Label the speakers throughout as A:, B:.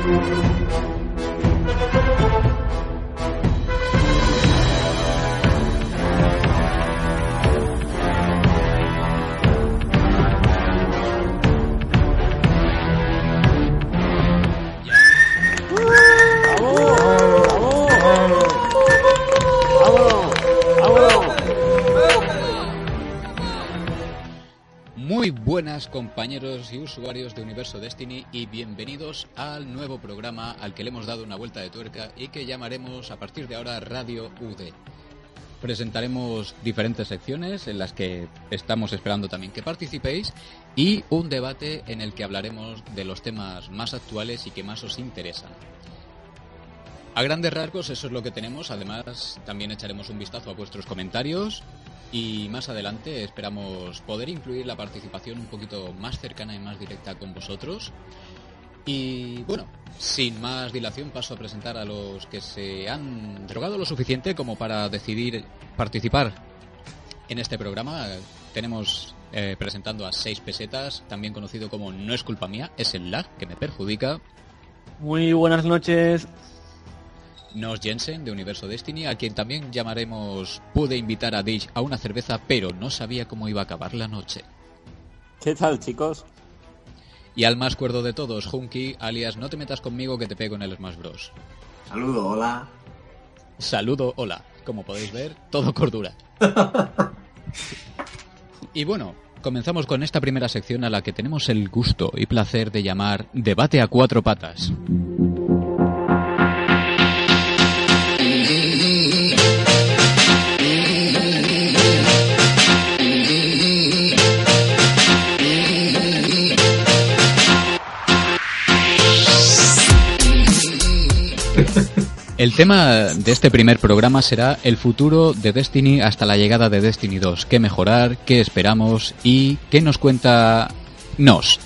A: Muy buenas compañeros y usuarios de Universo Destiny y bienvenidos al nuevo programa al que le hemos dado una vuelta de tuerca y que llamaremos a partir de ahora Radio UD. Presentaremos diferentes secciones en las que estamos esperando también que participéis y un debate en el que hablaremos de los temas más actuales y que más os interesan. A grandes rasgos eso es lo que tenemos, además también echaremos un vistazo a vuestros comentarios y más adelante esperamos poder incluir la participación un poquito más cercana y más directa con vosotros. Y bueno, sin más dilación paso a presentar a los que se han drogado lo suficiente como para decidir participar en este programa. Tenemos presentando a 6 pesetas, también conocido como No es culpa mía, es el lag que me perjudica.
B: Muy buenas noches.
A: Nos Jensen de Universo Destiny, a quien también llamaremos pude invitar a Dish a una cerveza, pero no sabía cómo iba a acabar la noche.
C: ¿Qué tal, chicos?
A: Y al más cuerdo de todos, Hunky, alias no te metas conmigo que te pego en el Smash Bros.
D: Saludo, hola.
A: Saludo, hola. Como podéis ver, todo cordura. Y bueno, comenzamos con esta primera sección a la que tenemos el gusto y placer de llamar Debate a 4 patas. El tema de este primer programa será el futuro de Destiny hasta la llegada de Destiny 2. ¿Qué mejorar? ¿Qué esperamos? ¿Y qué nos cuenta Nos?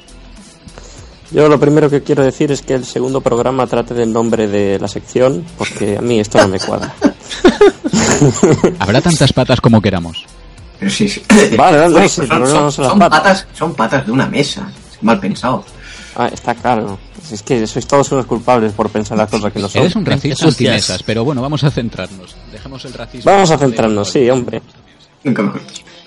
C: Yo lo primero que quiero decir es que el segundo programa trate del nombre de la sección, porque a mí esto no me cuadra.
A: Habrá tantas patas como queramos.
D: Sí, sí.
C: Vale, no, sí,
D: son patas de una mesa. Mal pensado.
C: Ah, está claro. Es que sois todos unos culpables por pensar las cosas que no son.
A: Eres un racista antimesas, pero bueno, vamos a centrarnos. Dejemos el racismo.
C: Vamos a centrarnos, sí, hombre.
D: Nunca mejor.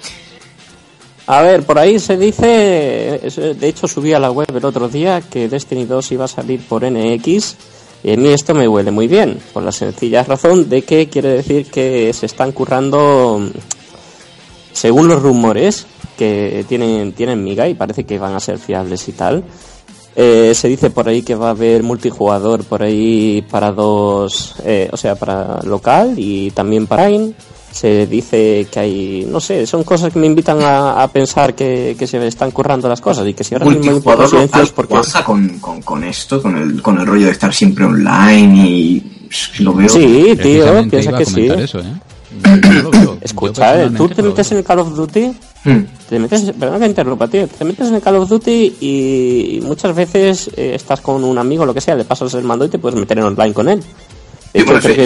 C: A ver, por ahí se dice, de hecho subí a la web el otro día que Destiny 2 iba a salir por NX, y a mí esto me huele muy bien, por la sencilla razón de que quiere decir que se están currando, según los rumores que tienen miga y parece que van a ser fiables y tal. Se dice por ahí que va a haber multijugador por ahí para dos, o sea, para local y también para online. Se dice que hay, no sé, son cosas que me invitan a pensar que se están currando las cosas y que si ahora mismo hay un poco silencios porque
D: pasa con esto, con el rollo de estar siempre online y lo veo.
C: Sí, tío, piensa que sí.
A: Eso,
C: Escucha, tú te metes en el Call of Duty, perdón que interrumpa, tío, te metes en el Call of Duty y muchas veces estás con un amigo, lo que sea, le pasas el mando y te puedes meter en online con él.
D: Sí,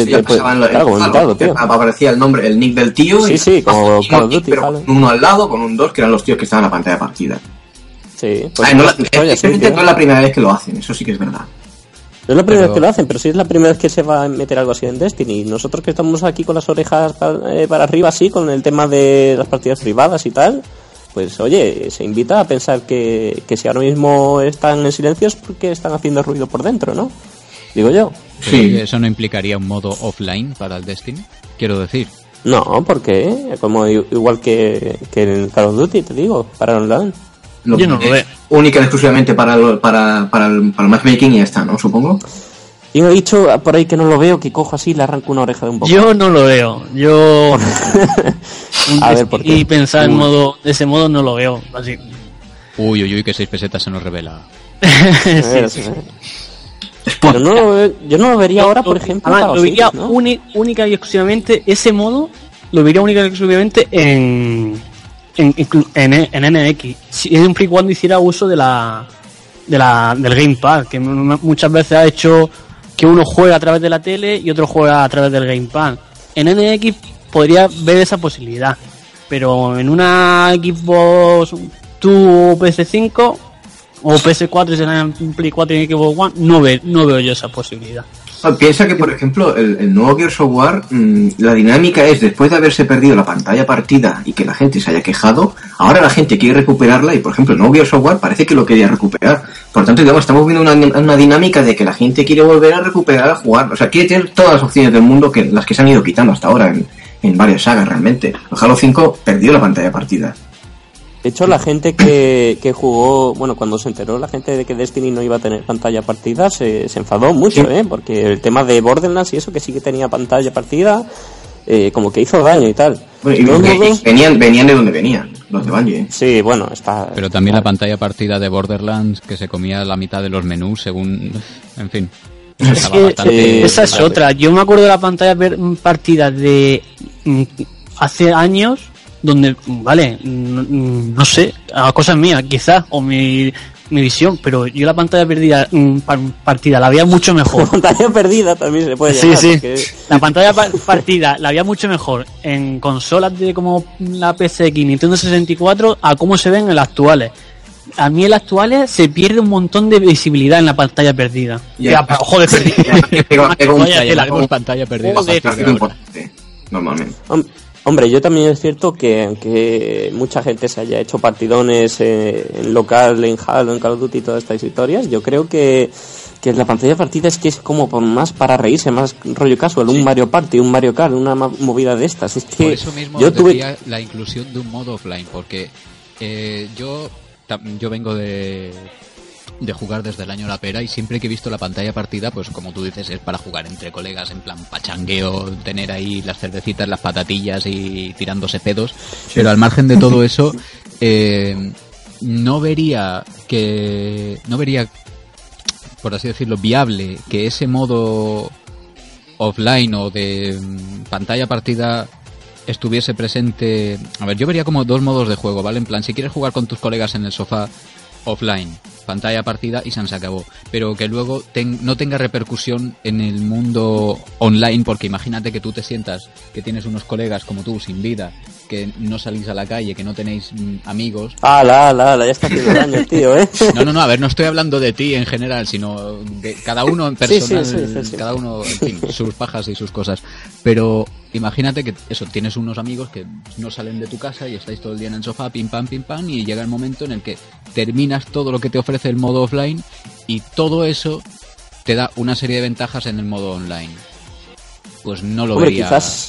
D: aparecía el nombre, el nick del tío.
C: Sí, como Call of Duty,
D: pero
C: ¿vale?
D: Con uno al lado, con un 2, que eran los tíos que estaban en la pantalla de partida.
C: Sí, pues
D: no es la primera vez que lo hacen, eso sí que es verdad.
C: No es la primera vez que lo hacen, pero sí es la primera vez que se va a meter algo así en Destiny. Nosotros que estamos aquí con las orejas para arriba, así, con el tema de las partidas privadas y tal, pues oye, se invita a pensar que si ahora mismo están en silencio es porque están haciendo ruido por dentro, ¿no? Digo yo.
A: Sí. ¿Eso no implicaría un modo offline para el Destiny? Quiero decir.
C: No, ¿por qué? Como igual que en Call of Duty, te digo, para el online.
B: Yo no lo veo.
D: Única y exclusivamente para el matchmaking y ya está, ¿no? Supongo.
C: Y me he dicho por ahí que no lo veo, que cojo así y le arranco una oreja de un poco.
B: Yo no lo veo. Yo
C: a ver, ¿por qué?
B: Y pensar de ese modo no lo veo. Así.
A: Uy, que 6 pesetas se nos revela.
C: Sí. Pero no, yo no lo vería ahora, por ejemplo.
B: Lo vería, ¿no? Única y exclusivamente, ese modo lo vería única y exclusivamente en NX, siempre y cuando hiciera uso del Gamepad, que muchas veces ha hecho que uno juega a través de la tele y otro juega a través del Gamepad. En NX podría ver esa posibilidad, pero en una Xbox o PS5 o PS4 y será en Play 4 y en Xbox One, no veo yo esa posibilidad.
D: Piensa que, por ejemplo, el nuevo Gears of War, la dinámica es, después de haberse perdido la pantalla partida y que la gente se haya quejado, ahora la gente quiere recuperarla y, por ejemplo, el nuevo Gears of War parece que lo quería recuperar. Por lo tanto, digamos, estamos viendo una dinámica de que la gente quiere volver a recuperar, a jugar. O sea, quiere tener todas las opciones del mundo, que las que se han ido quitando hasta ahora en varias sagas, realmente. El Halo 5 perdió la pantalla partida.
C: De hecho, la gente que jugó, bueno, cuando se enteró la gente de que Destiny no iba a tener pantalla partida, se enfadó mucho, porque el tema de Borderlands y eso, que sí que tenía pantalla partida, como que hizo daño y tal.
D: Bueno, y venían de donde venían, los de Bungie.
C: Sí, bueno, está...
A: Pero también la pantalla partida de Borderlands, que se comía la mitad de los menús, según... En fin.
B: Es que esa es otra. Yo me acuerdo de la pantalla partida de hace años, donde, vale, no sé, a cosas mías, quizás, o mi visión, pero yo la pantalla partida la veía mucho mejor.
C: La pantalla perdida también se puede llamar.
B: Sí.
C: Porque...
B: La pantalla partida la veía mucho mejor en consolas de como la PSX, Nintendo 64, a cómo se ven en las actuales. A mí en las actuales se pierde un montón de visibilidad en la pantalla perdida. Joder,
A: pantalla perdida.
D: Normalmente.
C: Hombre, yo también es cierto que aunque mucha gente se haya hecho partidones en local, en Halo, en Call of Duty y todas estas historias, yo creo que la pantalla partida es como más para reírse, más rollo casual, un Mario Party, un Mario Kart, una movida de estas. Es que
A: por eso mismo yo decía la inclusión de un modo offline, porque yo vengo de jugar desde el año La Pera y siempre que he visto la pantalla partida, pues como tú dices, es para jugar entre colegas, en plan pachangueo, tener ahí las cervecitas, las patatillas y tirándose pedos, pero al margen de todo eso, no vería, por así decirlo, viable que ese modo offline o de pantalla partida estuviese presente. A ver, yo vería como dos modos de juego, ¿vale? En plan, si quieres jugar con tus colegas en el sofá, offline, pantalla partida y se acabó, pero que luego no tenga repercusión en el mundo online, porque imagínate que tú te sientas que tienes unos colegas como tú sin vida, que no salís a la calle, que no tenéis amigos.
C: Ya está haciendo daño, tío,
A: No, a ver, no estoy hablando de ti en general, sino de cada uno en personal, sí. Cada uno, en fin, sus pajas y sus cosas, pero imagínate que eso, tienes unos amigos que no salen de tu casa y estáis todo el día en el sofá, pim pam, y llega el momento en el que terminas todo lo que te ofrece el modo offline y todo eso te da una serie de ventajas en el modo online. Pues no lo vería.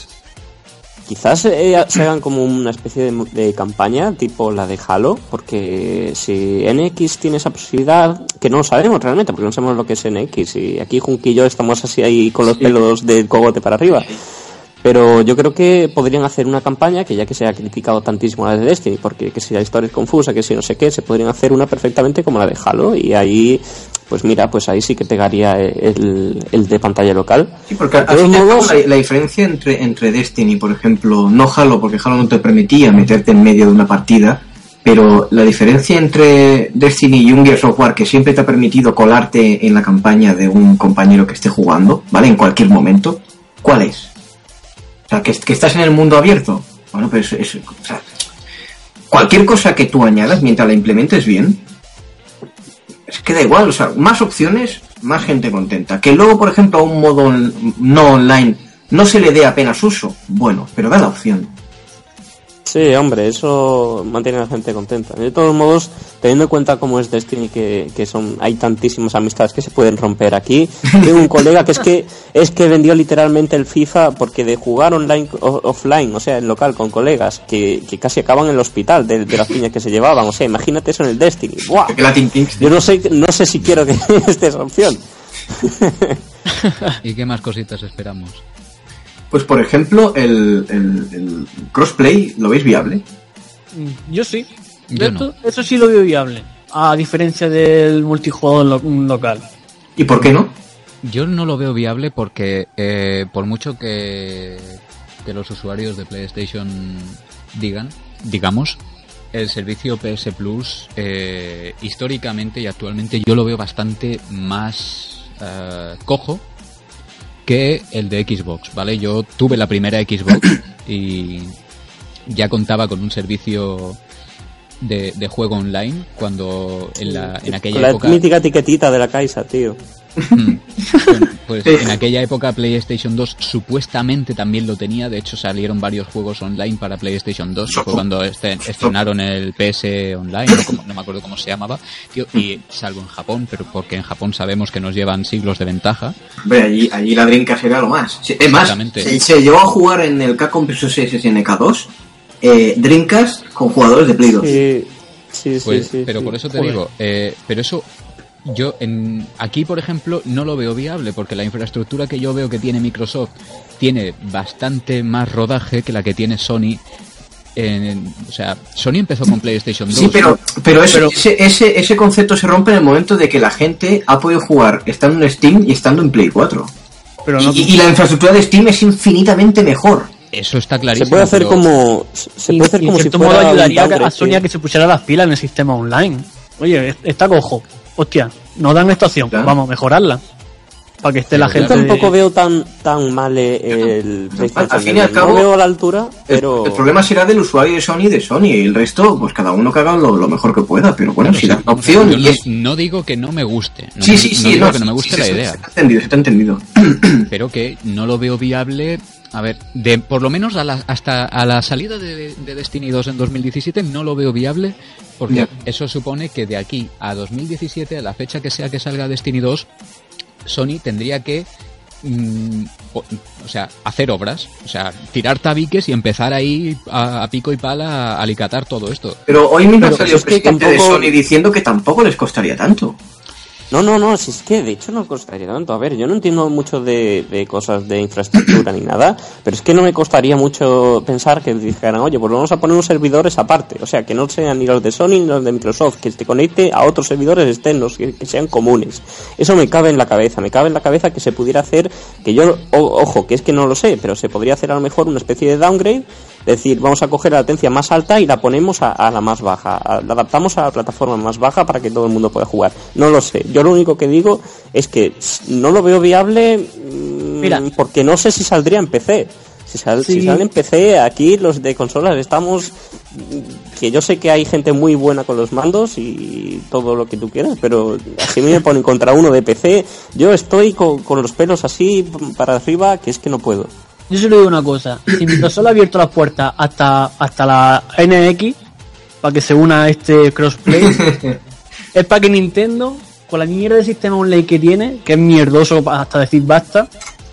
C: Quizás se hagan como una especie de campaña tipo la de Halo, porque si NX tiene esa posibilidad, que no lo sabemos realmente, porque no sabemos lo que es NX, y aquí Junque y yo estamos así ahí con los pelos del cogote para arriba. Pero yo creo que podrían hacer una campaña, que ya que se ha criticado tantísimo la de Destiny, porque que si la historia es confusa, que si no sé qué, se podrían hacer una perfectamente como la de Halo, y ahí, pues mira, pues ahí sí que pegaría el de pantalla local.
D: Sí, porque al final la diferencia entre Destiny, por ejemplo, no Halo, porque Halo no te permitía meterte en medio de una partida, pero la diferencia entre Destiny y un Gears of War, que siempre te ha permitido colarte en la campaña de un compañero que esté jugando, ¿vale? En cualquier momento, ¿cuál es? O sea, que estás en el mundo abierto. Bueno, pues o sea, cualquier cosa que tú añadas mientras la implementes bien, es que da igual. O sea, más opciones, más gente contenta. Que luego, por ejemplo, a un modo no online no se le dé apenas uso. Bueno, pero da la opción.
C: Sí, hombre, eso mantiene a la gente contenta. De todos modos, teniendo en cuenta cómo es Destiny, que hay tantísimas amistades que se pueden romper aquí. Tengo un colega que es que vendió literalmente el FIFA porque de jugar online offline, o sea, en local con colegas, que casi acaban en el hospital de las piñas que se llevaban. O sea, imagínate eso en el Destiny. ¡Buah! Yo no sé si quiero que esté esa opción.
A: ¿Y qué más cositas esperamos?
D: Pues por ejemplo, el crossplay, ¿lo veis viable?
B: Yo sí.
A: Yo no.
B: Eso sí lo veo viable, a diferencia del multijugador local.
D: ¿Y por qué no?
A: Yo no lo veo viable porque por mucho que los usuarios de PlayStation digamos, el servicio PS Plus históricamente y actualmente yo lo veo bastante más cojo que el de Xbox, ¿vale? Yo tuve la primera Xbox y ya contaba con un servicio de juego online cuando en aquella
C: con la
A: época...
C: mítica etiquetita de la Caixa, tío.
A: Pues en aquella época PlayStation 2 supuestamente también lo tenía. De hecho salieron varios juegos online para PlayStation 2. Fue cuando estrenaron el PS Online, no me acuerdo cómo se llamaba, tío, y salvo en Japón, pero porque en Japón sabemos que nos llevan siglos de ventaja.
D: Hombre, allí la Dreamcast era lo más. Es más, se llevó a jugar en el Capcom vs SNK 2 Dreamcast con jugadores de Play 2.
A: Sí, pero por eso te digo, pero eso yo aquí, por ejemplo, no lo veo viable, porque la infraestructura que yo veo que tiene Microsoft tiene bastante más rodaje que la que tiene Sony. O sea, Sony empezó con PlayStation 2.
D: Sí, pero ese concepto se rompe en el momento de que la gente ha podido jugar estando en Steam y estando en Play 4. Pero y la infraestructura de Steam es infinitamente mejor.
A: Eso está clarísimo.
C: Se puede hacer como si
B: fuera modo ayudaría a Sony a que se pusiera las pilas en el sistema online. Oye, está cojo. Hostia, nos dan esta opción, claro. Vamos a mejorarla. Para que esté la gente...
C: Yo tampoco veo tan mal el PlayStation.
D: Al fin y al cabo,
C: no veo a la altura, pero...
D: El problema será del usuario de Sony y el resto, pues cada uno que haga lo mejor que pueda. Pero bueno, si da opción...
A: Yo no digo que no me guste. No digo que no me guste la idea.
D: Se te ha entendido.
A: Pero que no lo veo viable... A ver, por lo menos hasta a la salida de Destiny 2 en 2017 no lo veo viable, porque eso supone que de aquí a 2017, a la fecha que sea que salga Destiny 2, Sony tendría que hacer obras, tirar tabiques y empezar ahí a pico y pala a alicatar todo esto.
D: Pero hoy mismo salió el presidente de Sony diciendo que tampoco les costaría tanto.
C: No, si es que de hecho no costaría tanto. A ver, yo no entiendo mucho de cosas de infraestructura ni nada, pero es que no me costaría mucho pensar que dijeran, oye, pues vamos a poner unos servidores aparte, o sea, que no sean ni los de Sony ni los de Microsoft, que se conecte a otros servidores externos, que sean comunes. Eso me cabe en la cabeza que se pudiera hacer, que yo, ojo, que es que no lo sé, pero se podría hacer a lo mejor una especie de downgrade. Es decir, vamos a coger la latencia más alta y la ponemos a la más baja. La adaptamos a la plataforma más baja para que todo el mundo pueda jugar. No lo sé. Yo lo único que digo es que no lo veo viable. Mira, porque no sé si saldría en PC. Si sale en PC, aquí los de consolas estamos... Que yo sé que hay gente muy buena con los mandos y todo lo que tú quieras, pero si me ponen contra uno de PC, yo estoy con los pelos así para arriba, que es que no puedo.
B: Yo solo digo una cosa, si Microsoft ha abierto las puertas hasta la NX para que se una a este crossplay, es para que Nintendo, con la mierda de sistema online que tiene, que es mierdoso hasta decir basta,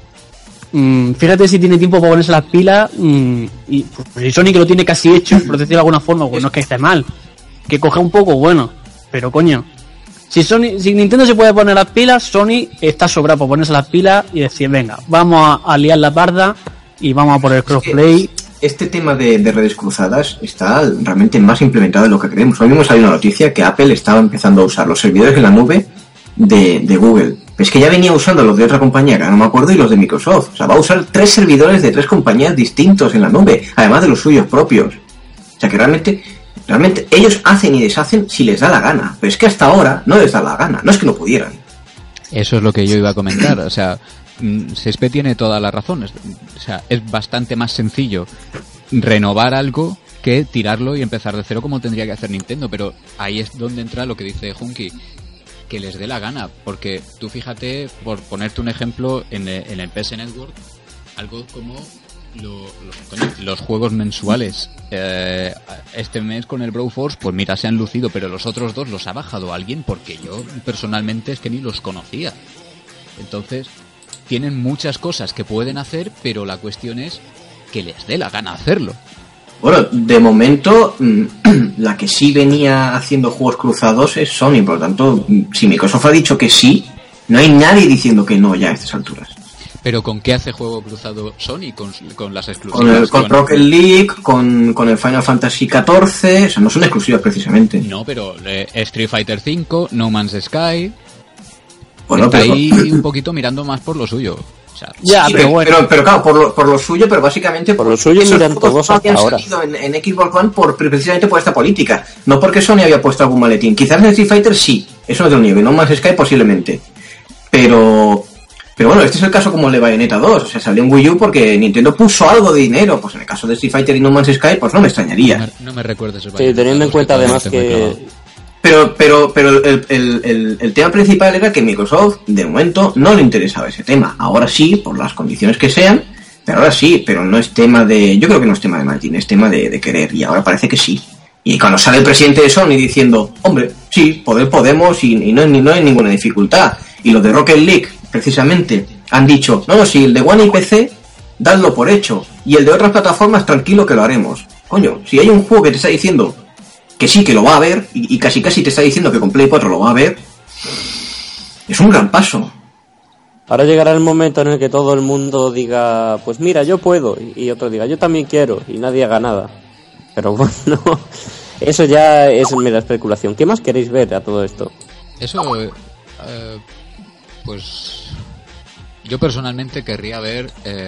B: fíjate si tiene tiempo para ponerse las pilas, y pues, Sony que lo tiene casi hecho, por decirlo de alguna forma, pues no es que esté mal, que coja un poco, bueno, pero coño, si Nintendo se puede poner las pilas, Sony está sobrado por ponerse las pilas y decir, venga, vamos a liar la parda y vamos a poner crossplay.
D: Este tema de redes cruzadas está realmente más implementado de lo que creemos. Hoy mismo salió una noticia que Apple estaba empezando a usar los servidores en la nube de Google. Es que ya venía usando los de otra compañía, que no me acuerdo, y los de Microsoft. O sea, va a usar 3 servidores de 3 compañías distintos en la nube, además de los suyos propios. O sea que realmente ellos hacen y deshacen si les da la gana, pero es que hasta ahora no les da la gana, no es que no pudieran.
A: Eso es lo que yo iba a comentar, o sea, Césped tiene todas las razones, o sea, es bastante más sencillo renovar algo que tirarlo y empezar de cero como tendría que hacer Nintendo, pero ahí es donde entra lo que dice Junki, que les dé la gana, porque tú fíjate, por ponerte un ejemplo, en el PS Network, algo como los juegos mensuales, este mes con el Broforce, pues mira, se han lucido, pero los otros 2 los ha bajado alguien, porque yo personalmente es que ni los conocía. Entonces tienen muchas cosas que pueden hacer, pero la cuestión es que les dé la gana hacerlo.
D: Bueno, de momento la que sí venía haciendo juegos cruzados es Sony, por lo tanto, si Microsoft ha dicho que sí, no hay nadie diciendo que no ya a estas alturas.
A: ¿Pero con qué hace juego cruzado Sony? ¿Con las exclusivas?
D: Con Rocket League, con el Final Fantasy XIV, o sea, no son exclusivas precisamente.
A: No, pero Street Fighter V, No Man's Sky...
D: Bueno,
A: está ahí un poquito mirando más por lo suyo. O sea,
B: ya, sí, pero bueno.
D: Pero claro, por lo suyo, pero básicamente...
C: Por lo suyo miran todos hasta ahora.
D: Salido en Xbox One precisamente por esta política. No porque Sony había puesto algún maletín. Quizás en Street Fighter sí, eso no te lo niego. No Man's Sky posiblemente. Pero Pero bueno, este es el caso como el de Bayonetta 2. O sea, salió en Wii U porque Nintendo puso algo de dinero. Pues en el caso de Street Fighter y No Man's Sky, pues no me extrañaría.
A: No me recuerdes el
C: Sí, teniendo en cuenta además que...
D: Pero el tema principal era que Microsoft, de momento, no le interesaba ese tema. Ahora sí, por las condiciones que sean, pero ahora sí, pero no es tema de... Yo creo que no es tema de Martin, es tema de querer, y ahora parece que sí. Y cuando sale el presidente de Sony diciendo, hombre, sí, podemos y no hay ninguna dificultad. Y los de Rocket League, precisamente, han dicho, no, si el de One y PC, dadlo por hecho. Y el de otras plataformas, tranquilo que lo haremos. Coño, si hay un juego que te está diciendo que sí, que lo va a ver, y casi te está diciendo que con Play 4 lo va a ver, es un gran paso.
C: Ahora llegará el momento en el que todo el mundo diga, pues mira, yo puedo, y otro diga, yo también quiero, y nadie haga nada. Pero bueno, eso ya es mera especulación. ¿Qué más queréis ver a todo esto?
A: Eso, pues yo personalmente querría ver,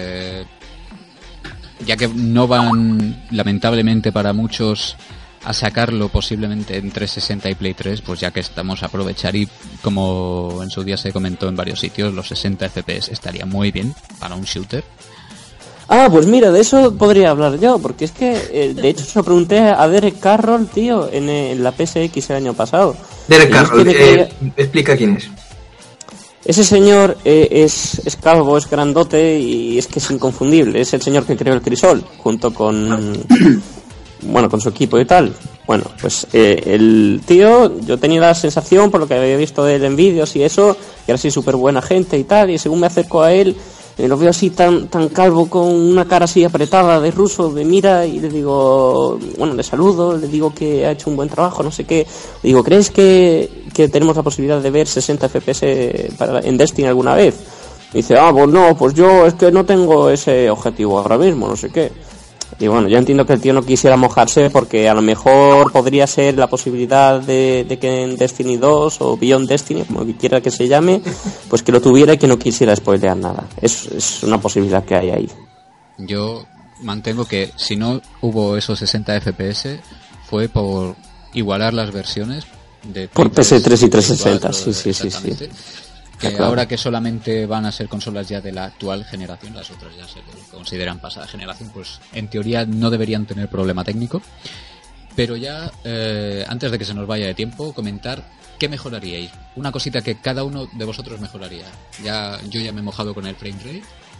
A: ya que no van, lamentablemente para muchos, a sacarlo posiblemente en 360 y Play 3, pues ya que estamos a aprovechar, y como en su día se comentó en varios sitios, los 60 FPS estaría muy bien para un shooter.
C: Ah, pues mira, de eso podría hablar yo, porque es que, de hecho, se lo pregunté a Derek Carroll, tío, en la PSX el año pasado.
D: Derek Carroll, explica quién es.
C: Ese señor es calvo, es grandote y es que es inconfundible. Es el señor que creó el Crisol, junto con... bueno, con su equipo y tal. Bueno, pues el tío, yo tenía la sensación, por lo que había visto de él en vídeos y eso, que era así súper buena gente y tal, y según me acerco a él, lo veo así tan calvo, con una cara así apretada de ruso, me mira y le digo, bueno, le saludo, le digo que ha hecho un buen trabajo, no sé qué. Le digo, ¿crees que tenemos la posibilidad de ver 60 FPS en Destiny alguna vez? Y dice, pues no, pues yo es que no tengo ese objetivo ahora mismo, no sé qué. Y bueno, yo entiendo que el tío no quisiera mojarse porque a lo mejor podría ser la posibilidad de que en Destiny 2 o Beyond Destiny, como quiera que se llame, pues que lo tuviera y que no quisiera spoilear nada. Es una posibilidad que hay ahí.
A: Yo mantengo que si no hubo esos 60 FPS fue por igualar las versiones de
C: por PS3 y 360, sí.
A: Que claro. Ahora que solamente van a ser consolas ya de la actual generación, las otras ya se consideran pasada generación, pues en teoría no deberían tener problema técnico. Pero ya, antes de que se nos vaya de tiempo, comentar qué mejoraríais. Una cosita que cada uno de vosotros mejoraría. Yo ya me he mojado con el frame rate.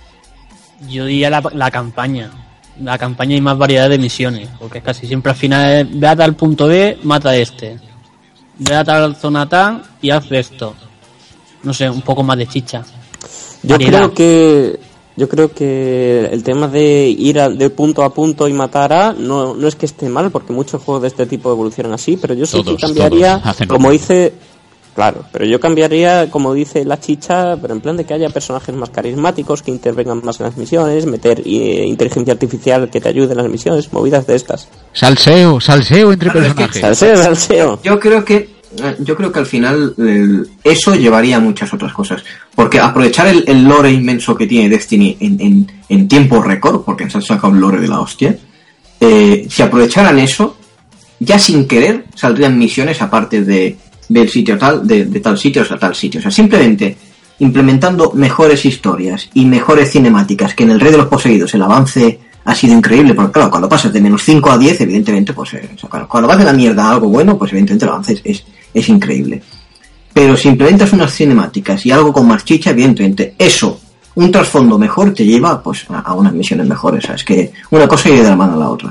B: Yo diría la campaña. La campaña y más variedad de misiones, porque casi siempre al final es, ve a tal punto B, mata a este. Ve a tal zona tan y haz esto. No sé, un poco más de chicha.
C: Yo creo que el tema de ir de punto a punto y matar a no es que esté mal, porque muchos juegos de este tipo evolucionan así, pero yo sí que cambiaría, como dice, claro, pero yo cambiaría, como dice la chicha, pero en plan de que haya personajes más carismáticos, que intervengan más en las misiones, meter inteligencia artificial que te ayude en las misiones, movidas de estas.
A: Salseo entre personajes.
C: Salseo.
D: Yo creo que al final eso llevaría a muchas otras cosas. Porque aprovechar el lore inmenso que tiene Destiny en tiempo récord, porque se han sacado un lore de la hostia, si aprovecharan eso, ya sin querer saldrían misiones aparte del sitio tal, de tal sitio a tal sitio. O sea, simplemente implementando mejores historias y mejores cinemáticas, que en el Rey de los Poseídos el avance ha sido increíble, porque claro, cuando pasas de menos 5 a 10, evidentemente, pues cuando vas de la mierda a algo bueno, pues evidentemente el avance es increíble. Pero si implementas unas cinemáticas y algo con más chicha, evidentemente eso, un trasfondo mejor, te lleva pues a unas misiones mejores. ¿Sabes? Que una cosa lleva de la mano a la otra.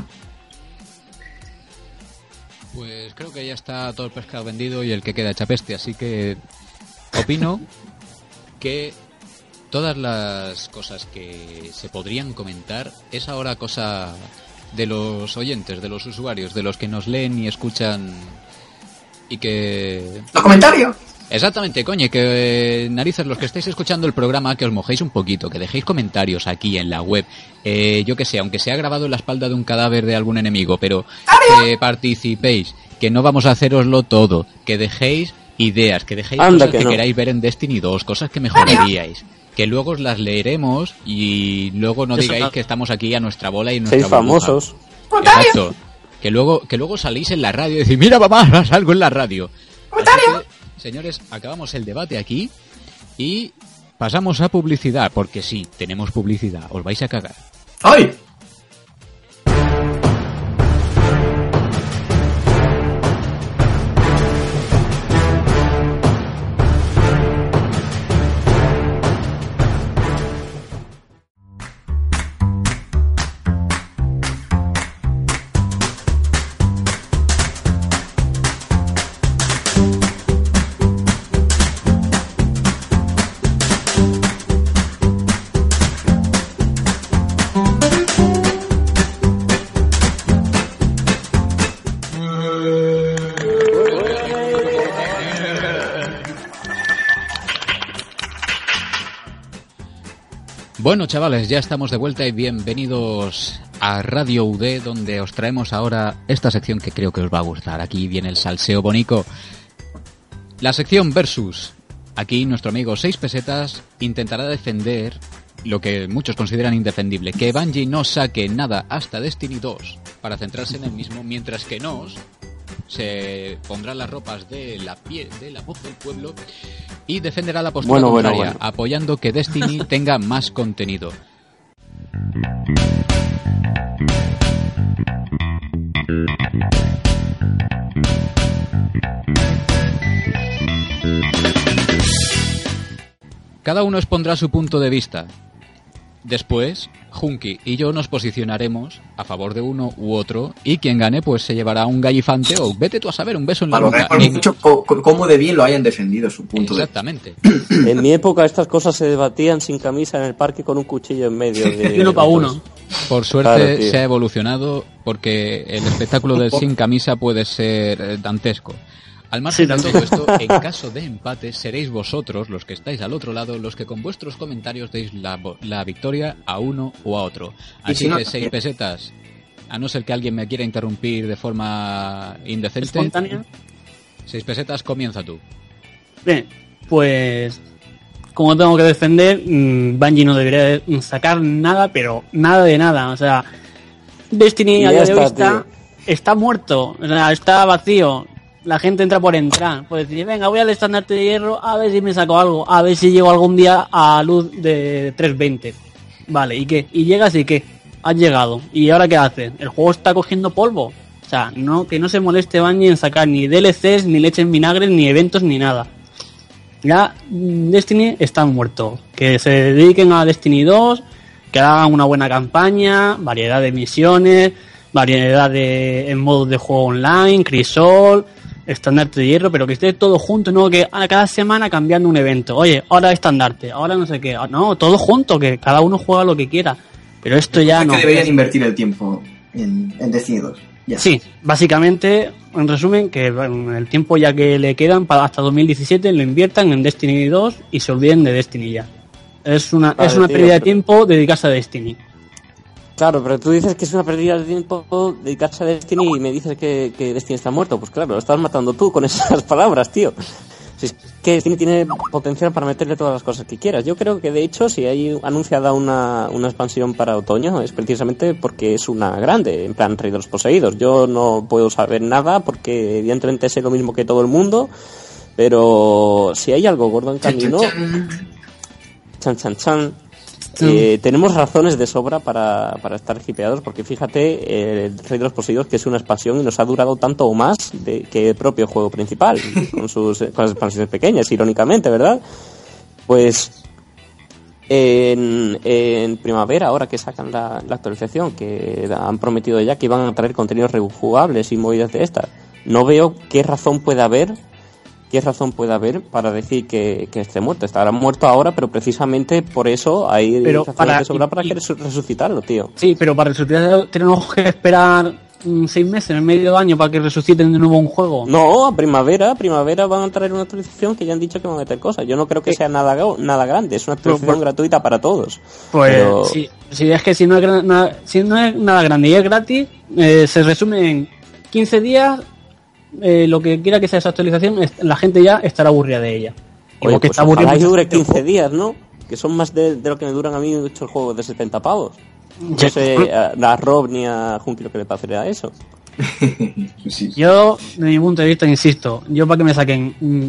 A: Pues creo que ya está todo el pescado vendido y el que queda hecha peste, así que opino que todas las cosas que se podrían comentar es ahora cosa de los oyentes, de los usuarios, de los que nos leen y escuchan y que...
D: ¡Los comentarios!
A: Exactamente, coño, que narices, los que estáis escuchando el programa, que os mojéis un poquito, que dejéis comentarios aquí en la web, yo que sé, aunque sea grabado en la espalda de un cadáver de algún enemigo, pero que participéis, que no vamos a haceroslo todo, que dejéis ideas, que dejéis cosas que queráis ver en Destiny 2, cosas que mejoraríais, que luego os las leeremos y luego no digáis que estamos aquí a nuestra bola y nuestra burbuja.
C: Famosos.
A: Exacto. Que luego salís en la radio y decís, mira mamá, salgo en la radio. Así que, señores, acabamos el debate aquí y pasamos a publicidad, porque sí, tenemos publicidad, os vais a cagar.
D: ¡Ay!
A: Bueno, chavales, ya estamos de vuelta y bienvenidos a Radio UD, donde os traemos ahora esta sección que creo que os va a gustar. Aquí viene el salseo bonico. La sección Versus. Aquí nuestro amigo 6 pesetas intentará defender lo que muchos consideran indefendible, que Bungie no saque nada hasta Destiny 2 para centrarse en el mismo, mientras que Nos se pondrá las ropas de la piel de la voz del pueblo y defenderá la postura contraria, apoyando que Destiny tenga más contenido. Cada uno expondrá su punto de vista. Después, Junki y yo nos posicionaremos a favor de uno u otro, y quien gane pues se llevará un gallifante o vete tú a saber, un beso en la boca.
D: Mucho cómo de bien lo hayan defendido su punto de vista.
A: Exactamente.
C: En mi época estas cosas se debatían sin camisa en el parque con un cuchillo en medio.
B: De uno para uno.
A: Por suerte
C: claro,
A: se ha evolucionado, porque el espectáculo del sin camisa puede ser dantesco. Al margen de todo esto, en caso de empate, seréis vosotros, los que estáis al otro lado, los que con vuestros comentarios deis la victoria a uno o a otro. Así que 6 pesetas, a no ser que alguien me quiera interrumpir de forma indecente.
B: ¿Espontánea?
A: 6 pesetas, comienza tú.
B: Bien, pues como tengo que defender, Bungie no debería sacar nada, pero nada de nada. O sea, Destiny a día de hoy está muerto, o sea, está vacío. La gente entra por entrar, pues decir, venga, voy al estandarte de hierro a ver si me saco algo, a ver si llego algún día a luz de 320. Vale, ¿y qué? ¿Y llegas y qué? Has llegado. ¿Y ahora qué haces? El juego está cogiendo polvo. O sea, que no se moleste Bungie en sacar ni DLCs, ni leche en vinagre, ni eventos, ni nada. Ya Destiny está muerto. Que se dediquen a Destiny 2, que hagan una buena campaña, variedad de misiones, variedad en modos de juego online, Crisol, estandarte de hierro, pero que esté todo junto, no que a cada semana cambiando un evento. Oye, ahora estandarte, ahora no sé qué. No, todo junto, que cada uno juega lo que quiera. Pero esto ya no.
D: Es que deberían invertir el tiempo en Destiny 2. Ya.
B: Sí, básicamente, en resumen, que el tiempo ya que le quedan hasta 2017 lo inviertan en Destiny 2 y se olviden de Destiny ya. Es una pérdida de tiempo dedicarse a Destiny.
C: Claro, pero tú dices que es una pérdida de tiempo dedicarse a Destiny y me dices que Destiny está muerto. Pues claro, lo estás matando tú con esas palabras, tío. Si es que Destiny tiene potencial para meterle todas las cosas que quieras. Yo creo que, de hecho, si hay anunciada una expansión para otoño, es precisamente porque es una grande, en plan Rey de los Poseídos. Yo no puedo saber nada porque, evidentemente, sé lo mismo que todo el mundo, pero si hay algo gordo en camino... tenemos razones de sobra para estar hipeados, porque fíjate, el Rey de los Poseídos, que es una expansión y nos ha durado tanto o más que el propio juego principal, con las expansiones pequeñas, irónicamente, ¿verdad? Pues en primavera, ahora que sacan la actualización, que han prometido ya que iban a traer contenidos rejugables y movidas de estas, no veo qué razón puede haber para decir que esté muerto. Estará muerto ahora, pero precisamente por eso hay razones de sobra para resucitarlo, tío.
B: Sí, pero para resucitar tenemos que esperar 6 meses, medio año, para que resuciten de nuevo un juego.
C: No, a primavera van a traer una actualización que ya han dicho que van a meter cosas. Yo no creo que sea nada grande, es una actualización gratuita para todos. Pues pero...
B: si es que si no es nada grande y es gratis, se resume en 15 días. Lo que quiera que sea esa actualización, la gente ya estará aburrida de ella.
C: Oye, pues ojalá dure 15 días, ¿no? Que son más de lo que me duran a mí muchos juegos de 70 pavos. No sé a Rob ni a Junki lo que le pasaría eso.
B: Sí. Yo, de mi punto de vista, insisto, yo para que me saquen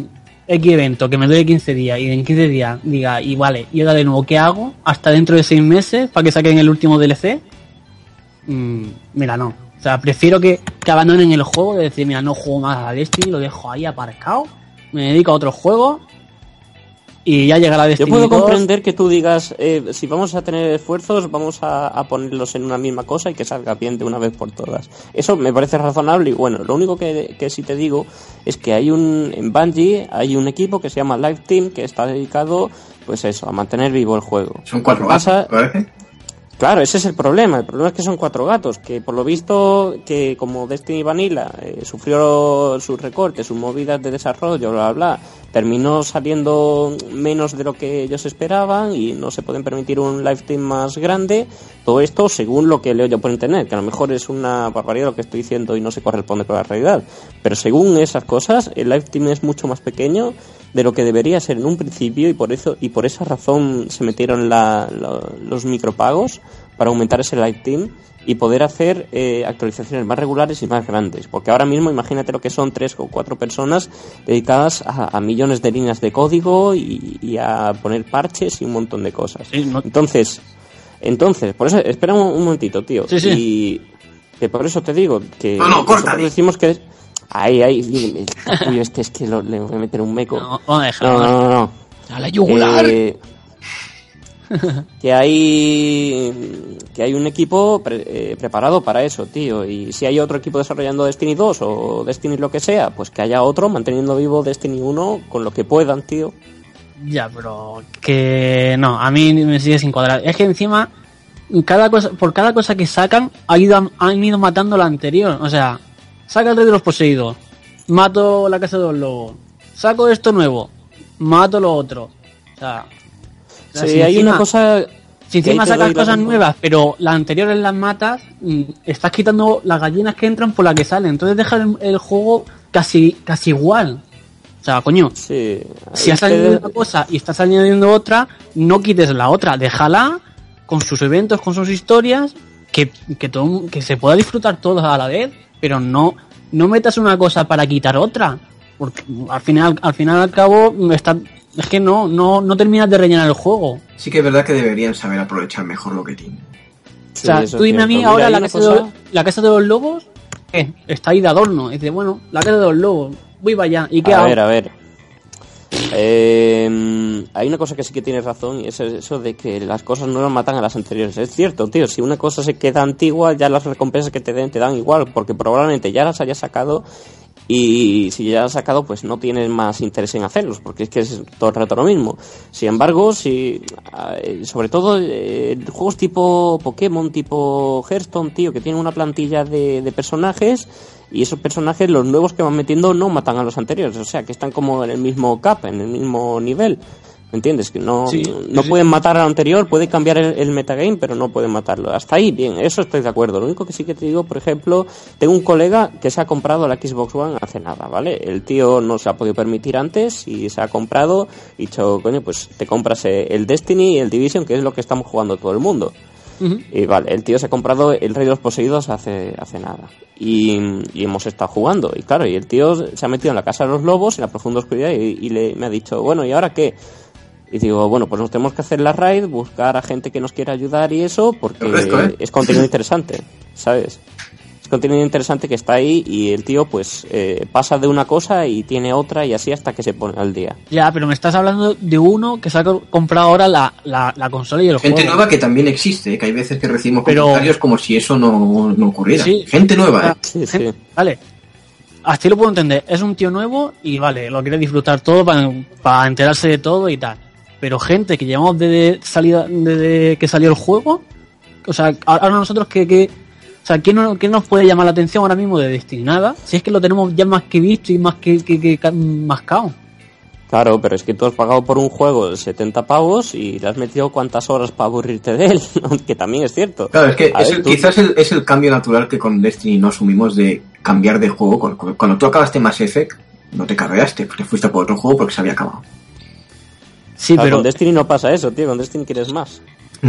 B: X evento que me dure 15 días y en 15 días diga, y vale, y ahora de nuevo, ¿qué hago? Hasta dentro de 6 meses para que saquen el último DLC. Mira, no. O sea, prefiero que abandonen el juego, de decir, mira, no juego más a Destiny, lo dejo ahí aparcado, me dedico a otros juegos y ya llegará Destiny.
C: Yo puedo
B: 2.
C: comprender que tú digas, si vamos a tener esfuerzos, vamos a ponerlos en una misma cosa y que salga bien de una vez por todas. Eso me parece razonable y bueno, lo único que sí te digo es que en Bungie hay un equipo que se llama Live Team que está dedicado, pues eso, a mantener vivo el juego.
D: Son 4 gatos, ¿parece?
C: Claro, ese es el problema. El problema es que son 4 gatos, que por lo visto, que como Destiny Vanilla sufrió sus recortes, sus movidas de desarrollo, bla, bla, terminó saliendo menos de lo que ellos esperaban y no se pueden permitir un live team más grande. Todo esto según lo que leo yo por internet, que a lo mejor es una barbaridad lo que estoy diciendo y no se corresponde con la realidad. Pero según esas cosas, el live team es mucho más pequeño de lo que debería ser en un principio y por esa razón se metieron los micropagos para aumentar ese live team y poder hacer actualizaciones más regulares y más grandes, porque ahora mismo imagínate lo que son 3 o 4 personas dedicadas a millones de líneas de código y a poner parches y un montón de cosas.
B: Sí, no.
C: Entonces, por eso, espera un momentito, tío.
B: Sí.
C: Y que por eso te digo que
D: no, corta,
C: decimos que ahí, uy, es que le voy a meter un meco.
B: No, vamos a dejarlo.
C: No.
A: ¡A la yugular!
C: Que hay un equipo preparado para eso, tío. Y si hay otro equipo desarrollando Destiny 2 o Destiny lo que sea, pues que haya otro manteniendo vivo Destiny 1 con lo que puedan, tío.
B: Ya, pero que no, a mí me sigue sin cuadrar. Es que encima, por cada cosa que sacan, han ido matando la anterior. O sea, saca el Rey de los Poseídos, mato la Casa de los Lobos, saco esto nuevo, mato lo otro. O sea,
C: sí,
B: si
C: hay
B: encima,
C: una cosa.
B: Si encima sacas cosas nuevas, pero las anteriores las matas, estás quitando las gallinas que entran por las que salen. Entonces deja el juego casi igual. O sea, coño,
C: sí,
B: si has añadido una cosa y estás añadiendo otra, no quites la otra, déjala con sus eventos, con sus historias, que se pueda disfrutar todos a la vez, pero no metas una cosa para quitar otra, porque al final al cabo es que no terminas de rellenar el juego.
D: Sí que es verdad que deberían saber aprovechar mejor lo que tienen.
C: Sí,
B: o sea, tú dime a mí ahora la casa de los lobos, está ahí de adorno. Y dice, bueno, la casa de los lobos, voy para allá. ¿Y qué hago?
C: A ver. Hay una cosa que sí que tienes razón y es eso de que las cosas no nos matan a las anteriores. Es cierto, tío, si una cosa se queda antigua, ya las recompensas que te dan igual, porque probablemente ya las hayas sacado y si ya las has sacado pues no tienes más interés en hacerlos, porque es que es todo el rato lo mismo. Sin embargo, sobre todo juegos tipo Pokémon, tipo Hearthstone, tío, que tienen una plantilla de personajes y esos personajes, los nuevos que van metiendo, no matan a los anteriores, o sea que están como en el mismo cap, en el mismo nivel. ¿Me entiendes? Que no pueden matar al anterior, puede cambiar el metagame, pero no pueden matarlo. Hasta ahí, bien, eso estoy de acuerdo. Lo único que sí que te digo, por ejemplo, tengo un colega que se ha comprado la Xbox One hace nada, ¿vale? El tío no se ha podido permitir antes y se ha comprado, y dicho, coño, pues te compras el Destiny y el Division, que es lo que estamos jugando todo el mundo. Uh-huh. Y vale, el tío se ha comprado el Rey de los Poseídos hace nada. Y hemos estado jugando. Y claro, y el tío se ha metido en la Casa de los Lobos, en la profunda oscuridad, y me ha dicho, bueno, ¿y ahora qué? Y digo, bueno, pues nos tenemos que hacer la raid, buscar a gente que nos quiera ayudar y eso, porque es contenido interesante, ¿sabes? Es contenido interesante que está ahí y el tío pues pasa de una cosa y tiene otra y así hasta que se pone al día.
B: Ya, pero me estás hablando de uno que se ha comprado ahora la consola y el
D: gente
B: juego.
D: Nueva que también existe, que hay veces que recibimos comentarios como si eso no ocurriera. Sí, gente nueva,
C: Sí.
B: Vale. Así lo puedo entender. Es un tío nuevo y vale, lo quiere disfrutar todo para enterarse de todo y tal. Pero gente que llevamos desde que salió el juego, o sea, ahora nosotros ¿qué nos puede llamar la atención ahora mismo de Destiny? Nada, si es que lo tenemos ya más que visto y más que mascado.
C: Claro, pero es que tú has pagado por un juego de 70 pavos y le has metido cuántas horas para aburrirte de él, que también es cierto.
D: Claro, es que quizás es el cambio natural que con Destiny no asumimos de cambiar de juego. Cuando tú acabaste Mass Effect, no te carreaste, te fuiste por otro juego porque se había acabado.
B: Sí,
C: claro,
B: pero
C: con Destiny no pasa eso, tío. Con Destiny quieres más.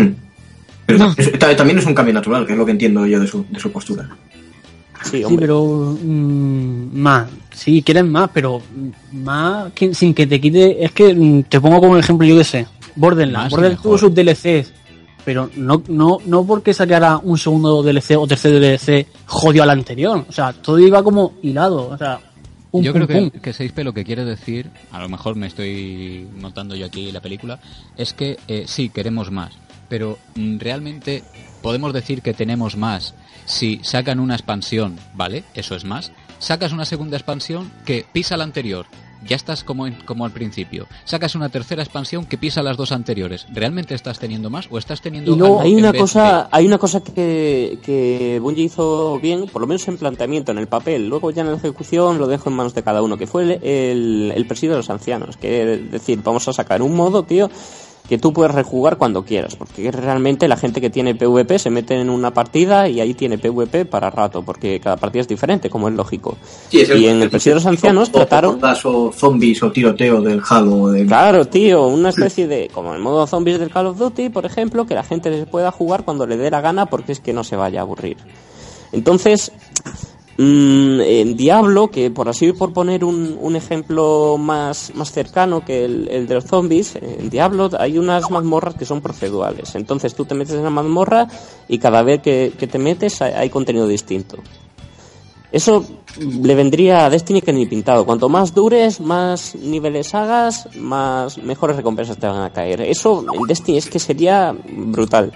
D: Pero también es un cambio natural, que es lo que entiendo yo de su postura.
C: Sí,
B: pero más. Sí, quieres más, pero más sin que te quite... Es que te pongo como ejemplo, yo qué sé, Borderlands. Borderlands tuvo sus DLCs, pero no porque sacara un segundo DLC o tercer DLC jodió al anterior. O sea, todo iba como hilado. O sea,
A: yo creo que Seispe lo que quiere decir, a lo mejor me estoy notando yo aquí la película, es que sí, queremos más, pero realmente podemos decir que tenemos más si sacan una expansión, ¿vale? Eso es más. Sacas una segunda expansión que pisa la anterior, ya estás como al principio. Sacas una tercera expansión que pisa las dos anteriores. ¿Realmente estás teniendo más o estás teniendo
C: no, hay una cosa que Bungie hizo bien, por lo menos en planteamiento, en el papel. Luego ya en la ejecución lo dejo en manos de cada uno, que fue el presidio de los ancianos. Que es decir, vamos a sacar un modo, tío, que tú puedes rejugar cuando quieras, porque realmente la gente que tiene PvP se mete en una partida y ahí tiene PvP para rato, porque cada partida es diferente, como es lógico. Sí, y en el presidio de los ancianos trataron...
D: O zombies o tiroteo del Halo.
C: Claro, tío, una especie de... Como el modo zombies del Call of Duty, por ejemplo, que la gente les pueda jugar cuando le dé la gana, porque es que no se vaya a aburrir. Entonces... en Diablo, que por poner un ejemplo más cercano que el de los zombies, en Diablo hay unas mazmorras que son procedurales. Entonces tú te metes en la mazmorra y cada vez que te metes hay contenido distinto. Eso le vendría a Destiny que ni pintado. Cuanto más dures, más niveles hagas, mejores recompensas te van a caer. Eso en Destiny es que sería brutal.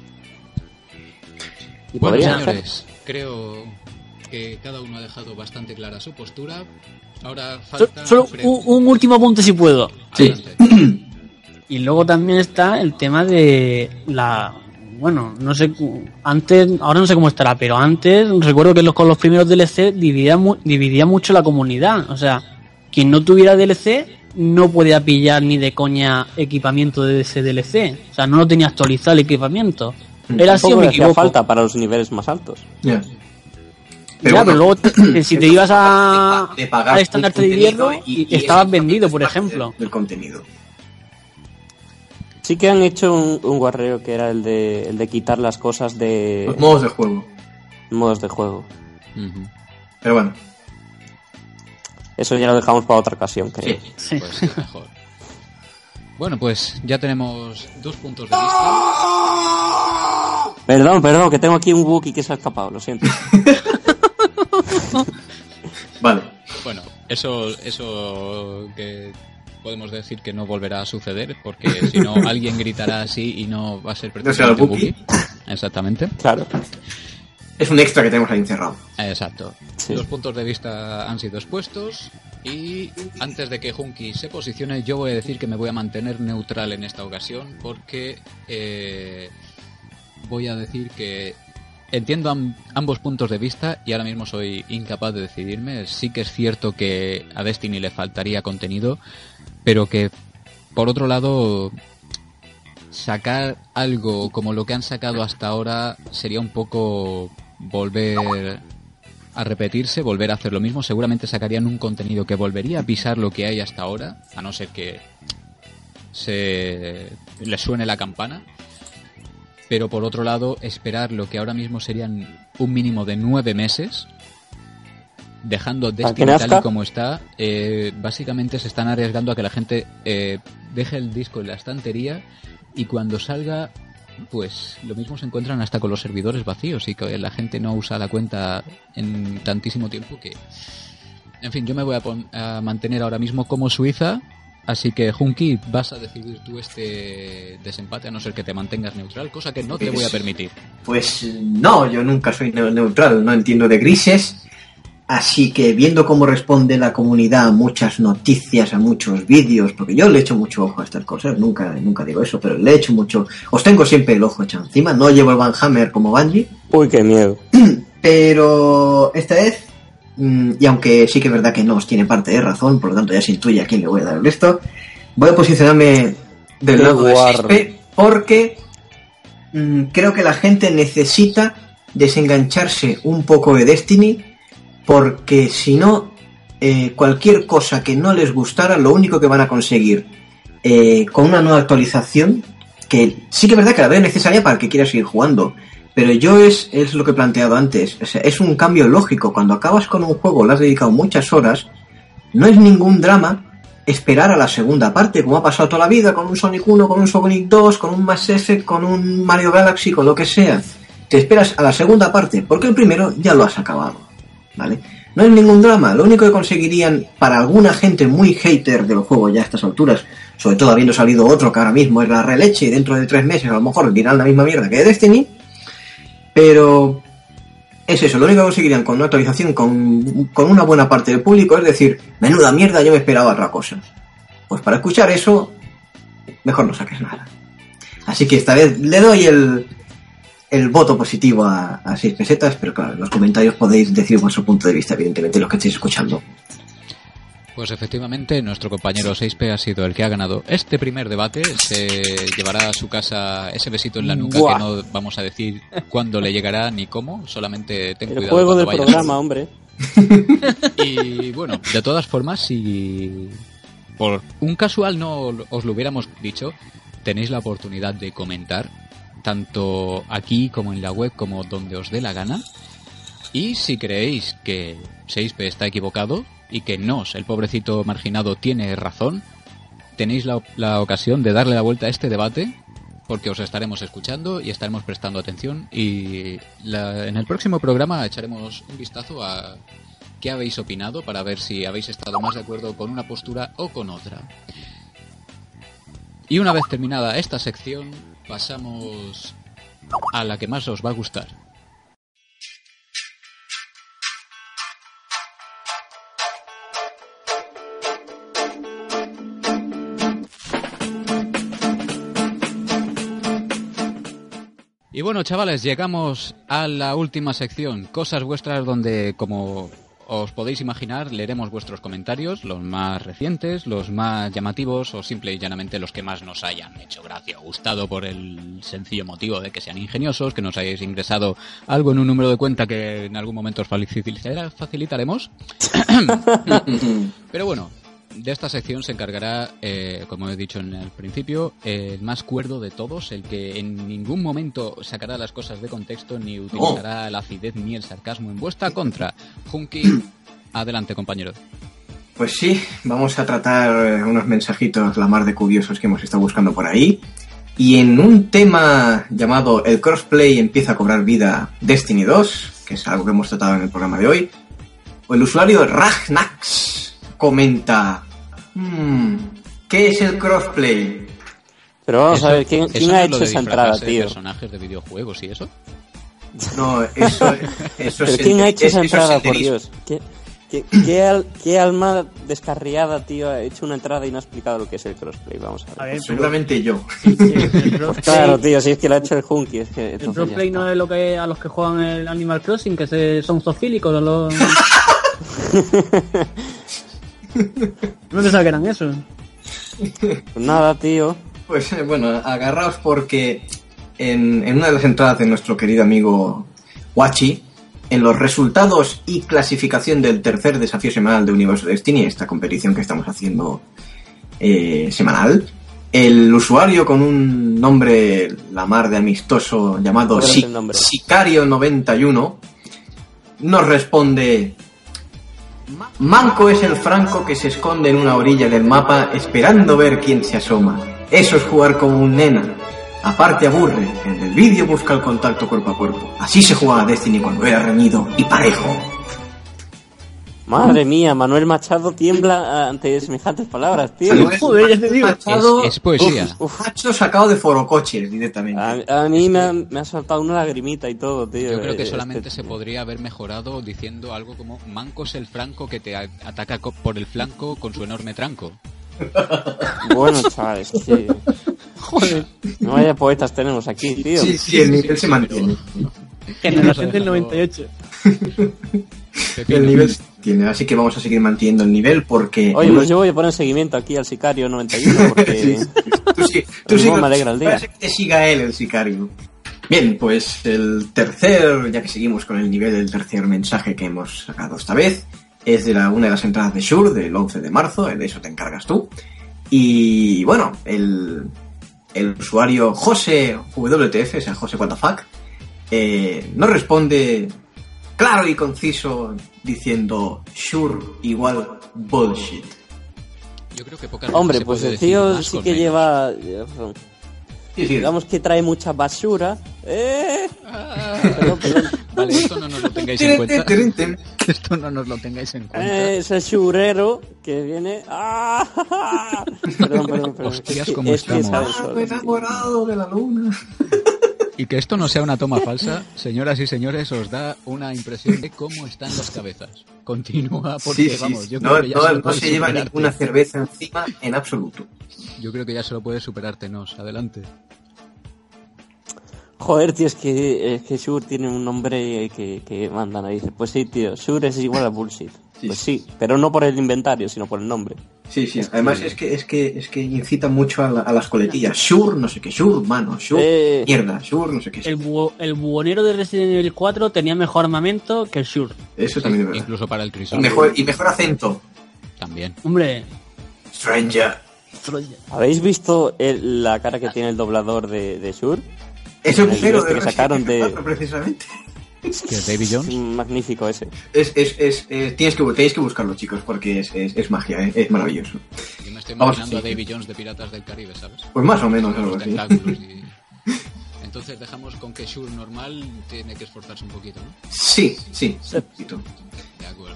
A: Y bueno, señores, creo que cada uno ha dejado bastante clara su postura. Ahora falta...
B: Solo un último apunte si puedo.
A: Sí.
B: Y luego también está el tema de la... Bueno, no sé, antes, ahora no sé cómo estará, pero antes recuerdo que con los primeros DLC dividía mucho la comunidad. O sea, quien no tuviera DLC no podía pillar ni de coña equipamiento de ese DLC. O sea, no lo tenía actualizado el equipamiento. Era así o me equivoco.
C: Hacía falta para los niveles más altos.
D: Yeah.
B: Pero luego si te ibas al estandarte de hierro y estabas vendido, por ejemplo.
D: Del contenido.
C: Sí que han hecho un guarreo que era el de quitar las cosas de...
D: Los modos de juego.
C: Modos de juego.
A: Uh-huh.
D: Pero bueno.
C: Eso ya lo dejamos para otra ocasión, creo.
A: Sí. Pues sí, mejor. Bueno, pues ya tenemos 2 puntos de vista.
C: Perdón, que tengo aquí un Wookiee que se ha escapado, lo siento.
D: Vale.
A: Bueno, eso que podemos decir que no volverá a suceder, porque si no alguien gritará así y no va a ser precisamente un Wookiee. Exactamente.
C: Claro.
D: Es un extra que tenemos ahí encerrado.
A: Exacto. Sí. 2 puntos de vista han sido expuestos y antes de que Junki se posicione, yo voy a decir que me voy a mantener neutral en esta ocasión porque voy a decir que entiendo ambos puntos de vista y ahora mismo soy incapaz de decidirme. Sí que es cierto que a Destiny le faltaría contenido, pero que por otro lado sacar algo como lo que han sacado hasta ahora sería un poco volver a repetirse, volver a hacer lo mismo. Seguramente sacarían un contenido que volvería a pisar lo que hay hasta ahora, a no ser que le suene la campana. Pero por otro lado, esperar lo que ahora mismo serían un mínimo de 9 meses, dejando Destiny tal y como está, básicamente se están arriesgando a que la gente deje el disco en la estantería y cuando salga, pues lo mismo se encuentran hasta con los servidores vacíos y que la gente no usa la cuenta en tantísimo tiempo que... En fin, yo me voy a mantener ahora mismo como Suiza. Así que, Junki, vas a decidir tú este desempate a no ser que te mantengas neutral, cosa que no te voy a permitir.
D: Pues no, yo nunca soy neutral, no entiendo de grises. Así que, viendo cómo responde la comunidad a muchas noticias, a muchos vídeos, porque yo le echo mucho ojo a estas cosas, nunca digo eso, pero le echo mucho... Os tengo siempre el ojo echado encima, no llevo el Van Hammer como Bungie.
C: Uy, qué miedo.
D: Pero esta vez... y aunque sí que es verdad que no os tiene parte de razón, por lo tanto ya se intuye a quién le voy a dar el resto, voy a posicionarme del lado de 6P porque creo que la gente necesita desengancharse un poco de Destiny, porque si no, cualquier cosa que no les gustara, lo único que van a conseguir con una nueva actualización, que sí que es verdad que la veo necesaria para el que quiera seguir jugando, Pero yo es lo que he planteado antes. O sea, es un cambio lógico. Cuando acabas con un juego, le has dedicado muchas horas, no es ningún drama esperar a la segunda parte, como ha pasado toda la vida con un Sonic 1, con un Sonic 2, con un Mass Effect, con un Mario Galaxy, con lo que sea. Te esperas a la segunda parte, porque el primero ya lo has acabado, ¿vale? No es ningún drama. Lo único que conseguirían para alguna gente muy hater del juego ya a estas alturas, sobre todo habiendo salido otro que ahora mismo es la releche y dentro de 3 meses a lo mejor dirán la misma mierda que Destiny, pero es eso, lo único que conseguirían con una actualización con una buena parte del público es decir, menuda mierda, yo me esperaba otra cosa. Pues para escuchar eso, mejor no saques nada. Así que esta vez le doy el voto positivo a 6 pesetas, pero claro, en los comentarios podéis decir vuestro punto de vista, evidentemente, los que estéis escuchando.
A: Pues efectivamente, nuestro compañero 6P ha sido el que ha ganado este primer debate. Se llevará a su casa ese besito en la nuca. ¡Buah! Que no vamos a decir cuándo le llegará ni cómo, solamente ten cuidado.
C: El juego del programa, hombre.
A: Y bueno, de todas formas, si por un casual no os lo hubiéramos dicho, tenéis la oportunidad de comentar, tanto aquí como en la web, como donde os dé la gana. Y si creéis que 6P está equivocado y que Nos, el pobrecito marginado, tiene razón, tenéis la ocasión de darle la vuelta a este debate, porque os estaremos escuchando y estaremos prestando atención, y en el próximo programa echaremos un vistazo a qué habéis opinado para ver si habéis estado más de acuerdo con una postura o con otra. Y una vez terminada esta sección, pasamos a la que más os va a gustar. Y bueno, chavales, llegamos a la última sección, cosas vuestras, donde, como os podéis imaginar, leeremos vuestros comentarios, los más recientes, los más llamativos o simple y llanamente los que más nos hayan hecho gracia o gustado por el sencillo motivo de que sean ingeniosos, que nos hayáis ingresado algo en un número de cuenta que en algún momento os facilitaremos. Pero bueno, de esta sección se encargará, como he dicho en el principio, el más cuerdo de todos, el que en ningún momento sacará las cosas de contexto ni utilizará la acidez ni el sarcasmo en vuestra contra. Junki, adelante, compañero.
D: Pues sí, vamos a tratar unos mensajitos la mar de curiosos que hemos estado buscando por ahí. Y en un tema llamado el crossplay empieza a cobrar vida Destiny 2, que es algo que hemos tratado en el programa de hoy, el usuario Ragnax comenta, ¿qué es el crossplay?
C: Pero vamos a ver, ¿quién ha hecho esa entrada, tío?
A: ¿Personajes de videojuegos y eso?
D: No, eso es.
C: ¿Quién ha hecho esa entrada, por Dios? ¿Qué alma descarriada, tío, ha hecho una entrada y no ha explicado lo que es el crossplay? Vamos a ver.
D: Seguramente yo.
C: Pues claro, tío, si es que lo ha hecho el Junkie. Es que
B: el crossplay no es lo que a los que juegan el Animal Crossing, que son zoofílicos, los... ¿No te sabes que eran eso?
C: Pues nada, tío.
D: Pues bueno, agarraos porque en una de las entradas de nuestro querido amigo Wachi, en los resultados y clasificación del tercer desafío semanal de Universo Destiny, esta competición que estamos haciendo semanal, el usuario con un nombre la mar de amistoso llamado Sicario91 nos responde: Manco es el Franco que se esconde en una orilla del mapa esperando ver quién se asoma. Eso es jugar como un nena. Aparte aburre, el del vídeo busca el contacto cuerpo a cuerpo. Así se jugaba Destiny cuando era reñido y parejo.
C: Madre mía, Manuel Machado tiembla ante semejantes palabras, tío.
B: Joder, ya te digo.
A: Es poesía.
D: Macho sacado de forocoches directamente.
C: A mí me ha saltado una lagrimita y todo, tío.
A: Yo creo que solamente se podría haber mejorado diciendo algo como: Manco es el Franco que te ataca por el flanco con su enorme tranco.
C: Bueno, chavales, sí. Joder. No vaya poetas tenemos aquí, tío.
D: Sí, el nivel se mantiene.
B: Generación del 98.
D: El nivel tiene, así que vamos a seguir manteniendo el nivel porque...
C: Oye, pues yo voy a poner seguimiento aquí al Sicario 91 porque...
D: Tú sí,
C: me alegra el día.
D: Parece que te siga él, el Sicario. Bien, pues el tercer, ya que seguimos con el nivel del tercer mensaje que hemos sacado esta vez, es de una de las entradas de Shure del 11 de marzo, de eso te encargas tú. Y bueno, el usuario José WTF, o sea, José What the Fuck, nos responde claro y conciso diciendo Shure igual bullshit.
A: Yo creo que pocas
C: Hombre,
A: veces
C: pues
A: se puede
C: el tío
A: decir más
C: sí
A: con
C: que
A: menos.
C: lleva...
D: Sí, sí.
C: Digamos que trae mucha basura. Perdón.
A: Vale, esto no nos lo tengáis en cuenta. Esto no nos lo tengáis en cuenta.
C: Ese churrero que viene... Perdón.
A: Hostias,
C: Es
A: cómo
C: que
A: estamos.
C: sabe solo.
D: Enamorado de la luna.
A: Y que esto no sea una toma falsa, señoras y señores, os da una impresión de cómo están las cabezas. Continúa, porque
D: Sí,
A: vamos, yo
D: no,
A: creo que ya
D: no se lleva ninguna cerveza encima en absoluto.
A: Yo creo que ya se lo puede superar Tenos. Adelante.
C: Joder, tío, es que Shure tiene un nombre que mandan ahí. Pues sí, tío, Shure es igual a bullshit.
D: Sí.
C: Pues sí, pero no por el inventario, sino por el nombre.
D: Sí. Además es que incita mucho a las coletillas. Shure, no sé qué, Shure, mano, Shure, mierda, Shure, no sé qué.
B: El buhonero de Resident Evil 4 tenía mejor armamento que el Shure.
D: Eso también es verdad.
A: Incluso para el
D: Y
A: crisol.
D: mejor acento.
A: También.
B: Hombre,
D: Stranger.
C: ¿Habéis visto la cara que tiene el doblador de Shure?
D: Es el
C: El
D: cero
C: este
D: de
C: que sacaron de-
D: 4, precisamente.
A: Que es Davy
C: Es
A: Jones.
C: magnífico ese.
D: Tenéis que buscarlo, chicos, porque es magia, es maravilloso.
A: Yo me estoy
D: Vamos,
A: imaginando
D: sí.
A: a Davy Jones de Piratas del Caribe, ¿sabes?
D: Pues más o menos
A: Con
D: algo
A: los
D: así.
A: tentáculos y... Entonces dejamos con que Shure normal tiene que esforzarse un poquito, ¿no?
D: Sí. Un poquito.
A: De acuerdo.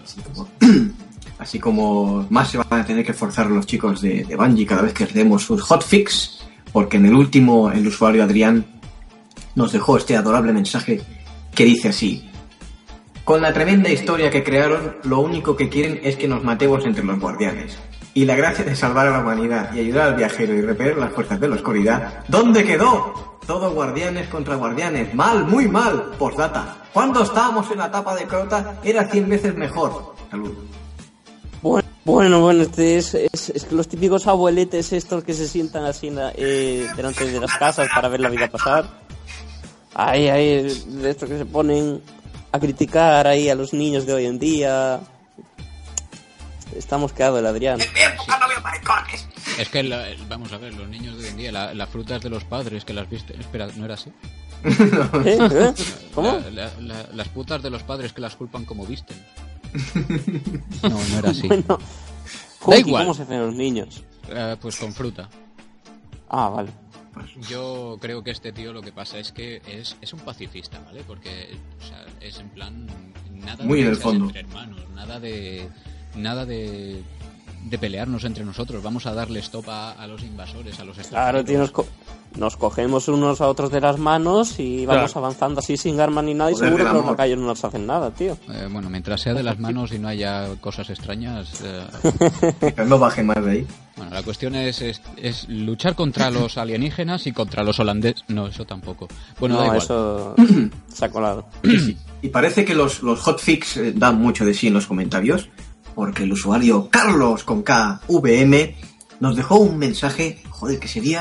D: Así como más se van a tener que forzar los chicos de Bungie cada vez que les demos sus hotfix, porque en el último el usuario Adrián nos dejó este adorable mensaje que dice así: con la tremenda historia que crearon, lo único que quieren es que nos matemos entre los guardianes. Y la gracia de salvar a la humanidad y ayudar al viajero y repeler las fuerzas de la oscuridad, ¿dónde quedó? Todo guardianes contra guardianes. Mal, muy mal. Postdata. Cuando estábamos en la etapa de Crota, era 100 veces mejor. Salud.
C: Bueno, este es que los típicos abueletes estos que se sientan así delante de las casas para ver la vida pasar. Ahí, de estos que se ponen a criticar ahí a los niños de hoy en día. Estamos quedados, el Adrián.
A: Es que, vamos a ver, los niños de hoy en día, las frutas de los padres que las viste... Espera, ¿no era así?
C: ¿Eh? ¿Cómo?
A: Las putas de los padres que las culpan como visten. No era así.
C: Bueno,
A: Da igual.
C: ¿cómo se hacen los niños?
A: Pues con fruta.
C: Ah, vale.
A: Yo creo que este tío lo que pasa es que es un pacifista, ¿vale? Porque o sea, es en plan... Nada
D: Muy
A: de
D: en el
A: peleas
D: fondo.
A: entre hermanos, nada de pelearnos entre nosotros. Vamos a darle stop a los invasores, a los
C: Claro,
A: extranjeros.
C: tío, nos cogemos unos a otros de las manos y vamos avanzando así sin armas ni nada y
D: Joder,
C: seguro
D: del
C: que los
D: amor.
C: lacayos no nos hacen nada, tío.
A: Bueno, mientras sea de las manos y no haya cosas extrañas...
D: Que no baje más de ahí.
A: Bueno, la cuestión es luchar contra los alienígenas y contra los holandeses. No, eso tampoco. Bueno, da
C: No,
A: igual.
C: eso se ha colado.
D: Y parece que los hotfix dan mucho de sí en los comentarios, porque el usuario Carlos con KVM nos dejó un mensaje, joder, que sería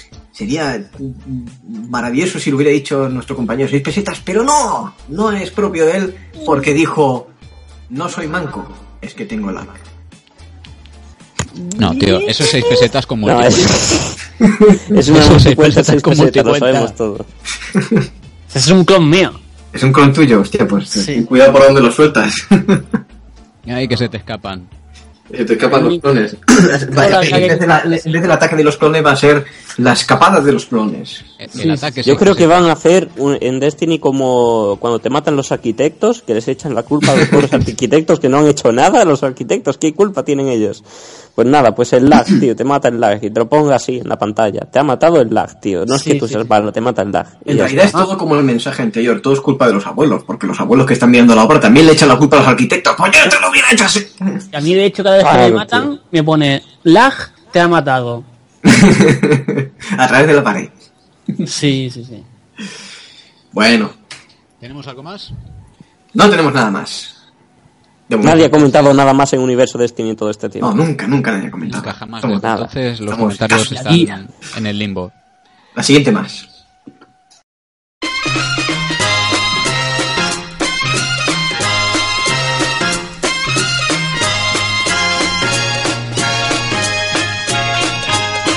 D: maravilloso si lo hubiera dicho nuestro compañero 6 pesetas, pero no es propio de él, porque dijo: no soy manco, es que tengo lag.
A: No, tío, eso es 6 pesetas con
C: No,
A: multicuenta.
C: es una
A: Eso sí,
C: multicuenta,
A: pesetas
C: 6
A: con
C: pesetas, lo
A: multicuenta.
C: sabemos todo.
B: ese es un clon mío.
D: Es un clon tuyo, hostia, pues
B: Sí.
D: cuidado por donde lo sueltas.
A: Ay, que se te escapan.
D: Te escapan los clones.
B: Hola,
D: En vez del ataque de los clones va a ser la escapada de los clones.
A: El ataque
C: Yo
A: sí,
C: creo
A: sí.
C: que van a hacer en Destiny como cuando te matan los arquitectos, que les echan la culpa a los pobres arquitectos que no han hecho nada. Los arquitectos, ¿qué culpa tienen ellos? Pues nada, pues el lag, tío, te mata el lag y te lo ponga así en la pantalla. Te ha matado el lag, tío. No es
B: Sí,
C: que tú
B: sí,
C: seas
B: sí.
C: malo, te mata el lag. Y
D: En
C: ya
D: realidad es
C: está.
D: todo como el mensaje anterior, todo es culpa de los abuelos, porque los abuelos que están viendo la obra también le echan la culpa a los arquitectos. ¡Pues yo te lo hubiera hecho así!
B: Y a mí, de hecho, cada vez que
C: Claro,
B: me matan, me pone lag, te ha matado.
D: A través de la pared.
B: Sí.
D: Bueno,
A: ¿Tenemos algo más?
D: no tenemos nada más. De momento.
C: Nadie ha comentado nada más en Universo Destiny en todo este tiempo.
D: No, nunca nadie ha comentado.
A: Nunca jamás.
D: Somos-
C: nada.
A: Entonces los
D: Estamos
A: comentarios
D: casi
A: están en el limbo.
D: La siguiente más.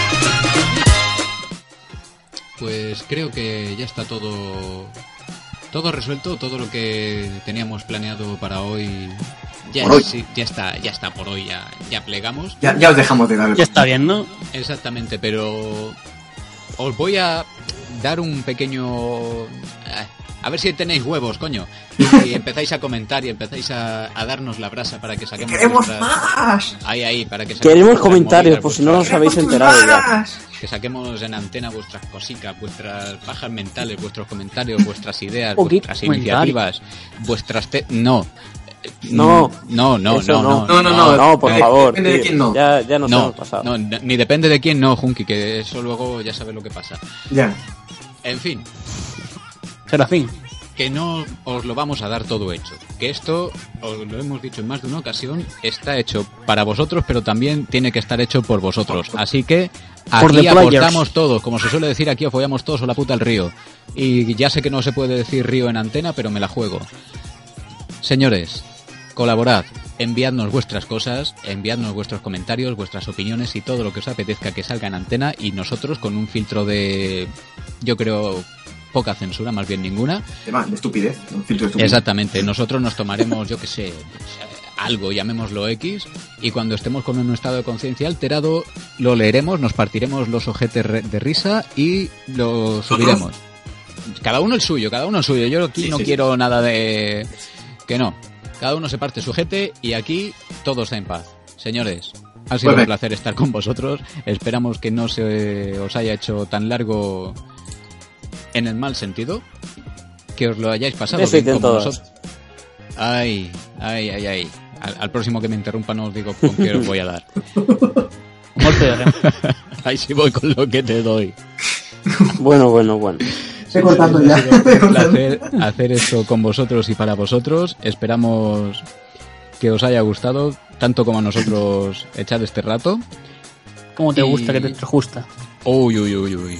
A: Pues creo que ya está todo Todo resuelto, todo lo que teníamos planeado para hoy. Ya,
D: Por hoy.
A: Sí, ya está por hoy, ya plegamos.
D: Ya os dejamos de dar.
B: Ya está bien, ¿no?
A: Exactamente, pero os voy a dar un pequeño... A ver si tenéis huevos, coño. Y empezáis a comentar y empezáis a darnos la brasa para que saquemos...
D: ¡Queremos más!
A: Ahí, para que saquemos...
C: Queremos
A: vuestras
C: comentarios,
A: movidas,
C: por si no
A: vuestras-
C: os habéis enterado ya.
A: Que saquemos en antena vuestras cositas, vuestras pajas mentales, vuestros comentarios, vuestras ideas,
B: Poquito
A: vuestras
B: comentario.
A: iniciativas, vuestras... No,
C: No,
A: no,
C: eso
A: no,
C: No, por favor.
D: Depende de
C: tío.
D: quién no.
C: Ya nos
A: no,
C: hemos pasado.
A: no, ni depende de quién, no, Junki, que eso luego ya sabes lo que pasa.
D: Ya.
A: En fin,
B: Serafín.
A: que no os lo vamos a dar todo hecho. Que esto, os lo hemos dicho en más de una ocasión, está hecho para vosotros, pero también tiene que estar hecho por vosotros. Así que
B: Por
A: aquí
B: the players.
A: aportamos todos, como se suele decir, aquí apoyamos todos o la puta al río. Y ya sé que no se puede decir río en antena, pero me la juego. Señores, colaborad, enviadnos vuestras cosas, enviadnos vuestros comentarios, vuestras opiniones y todo lo que os apetezca que salga en antena, y nosotros con un filtro de, yo creo, poca censura, más bien ninguna.
D: De estupidez. Un filtro de estupidez.
A: Exactamente, nosotros nos tomaremos, yo que sé, algo, llamémoslo X, y cuando estemos con un estado de conciencia alterado, lo leeremos, nos partiremos los ojetes de risa y lo subiremos. Cada uno el suyo, yo aquí
D: Sí,
A: no
D: sí,
A: quiero nada de... que no. Cada uno se parte su ojete y aquí todo está en paz. Señores, ha sido un placer estar con vosotros. Esperamos que no se os haya hecho tan largo en el mal sentido, que os lo hayáis pasado
C: Eso
A: bien como
C: intento.
A: nosotros. Ay. Al próximo que me interrumpa no os digo con qué os voy a dar. Ahí sí voy con lo que te doy.
C: Bueno.
D: Estoy cortando ya.
A: Ha sido un placer hacer esto con vosotros y para vosotros. Esperamos que os haya gustado, tanto como a nosotros echar este rato.
B: ¿Cómo te
A: Y-
B: gusta que te gusta?
A: Uy.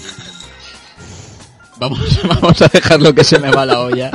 A: Vamos a dejarlo que se me va la olla.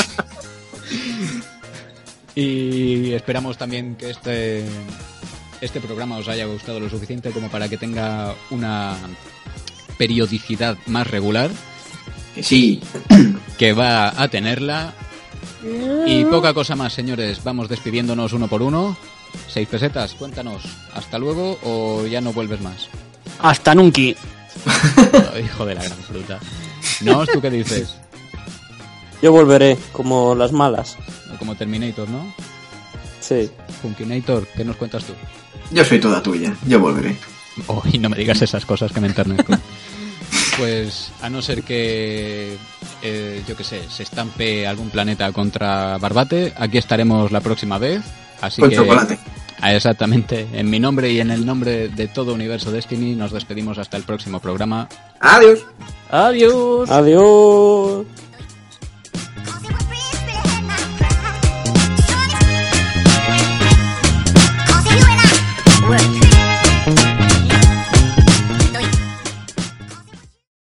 A: Y esperamos también que este programa os haya gustado lo suficiente como para que tenga una periodicidad más regular,
D: Que sí.
A: que va a tenerla. Y poca cosa más, señores. Vamos despidiéndonos uno por uno. 6 pesetas, cuéntanos. ¿Hasta luego o ya no vuelves más?
B: Hasta nunca.
A: Oh, hijo de la gran fruta. ¿No? ¿Tú qué dices?
C: Yo volveré, como las malas.
A: Como Terminator, ¿no?
C: Sí.
A: Funkinator, ¿qué nos cuentas tú?
D: Yo soy toda tuya. Yo volveré.
A: Oh, y no me digas esas cosas que me enternezco. Pues a no ser que, yo qué sé, se estampe algún planeta contra Barbate, aquí estaremos la próxima vez. Así
D: Con
A: que,
D: chocolate.
A: Exactamente, en mi nombre y en el nombre de todo Universo Destiny, nos despedimos hasta el próximo programa.
D: Adiós.
B: Adiós.
C: Adiós.